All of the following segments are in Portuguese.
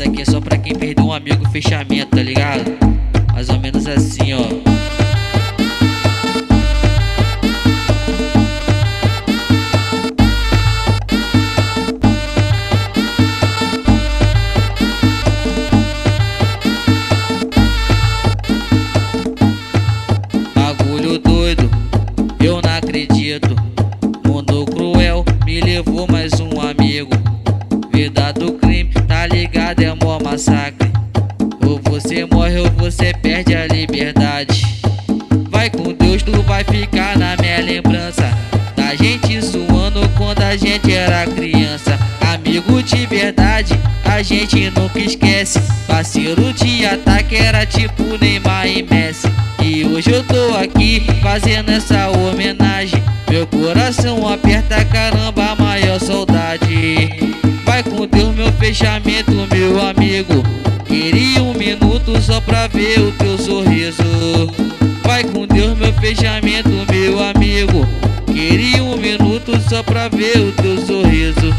Essa aqui é só pra quem perdeu um amigo, fechamento, tá ligado? Mais ou menos assim, ó. Bagulho doido, eu não acredito. Mundo cruel, me levou mais um amigo. Vida do crime, tá ligado, é mó massacre. Ou você morre ou você perde a liberdade. Vai com Deus, tu vai ficar na minha lembrança da gente zoando quando a gente era criança. Amigo de verdade, a gente nunca esquece. Parceiro de ataque era tipo Neymar e Messi. E hoje eu tô aqui fazendo essa homenagem. Meu coração aperta, caramba, a maior saudade. Vai com Deus, meu fechamento, meu amigo. Queria um minuto só pra ver o teu sorriso. Vai com Deus, meu fechamento, meu amigo. Queria um minuto só pra ver o teu sorriso.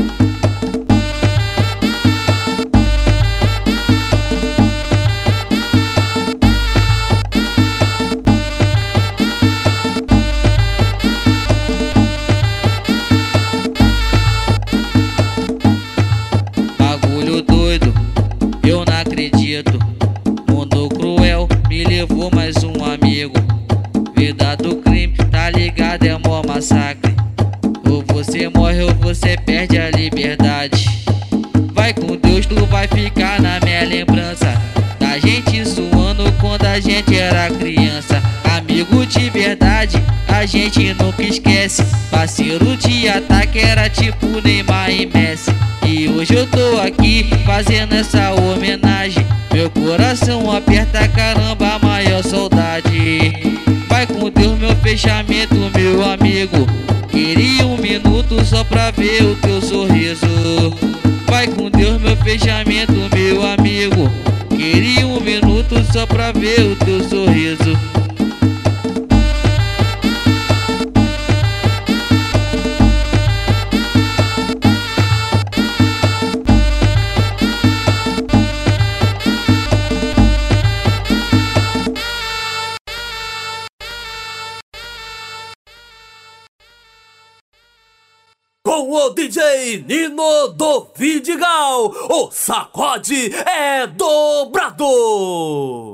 Bagulho doido, eu não acredito. Mundo cruel, me levou mais um amigo. Vida do crime, tá ligado, é mó massacre. Ou você morre ou você perde a liberdade. Vai com Deus, tu vai ficar na minha lembrança da gente zoando quando a gente era criança. Amigo de verdade, a gente nunca esquece. Parceiro de ataque era tipo Neymar e Messi. E hoje eu tô aqui fazendo essa homenagem. Meu coração aperta, caramba, a maior saudade. Vai com Deus, meu fechamento, meu amigo. Queria um minuto só pra ver o teu sorriso. Vai com Deus, meu fechamento, meu amigo. Queria um minuto só pra ver o teu sorriso. Com o DJ Nino do Vidigal, o sacode é dobrado.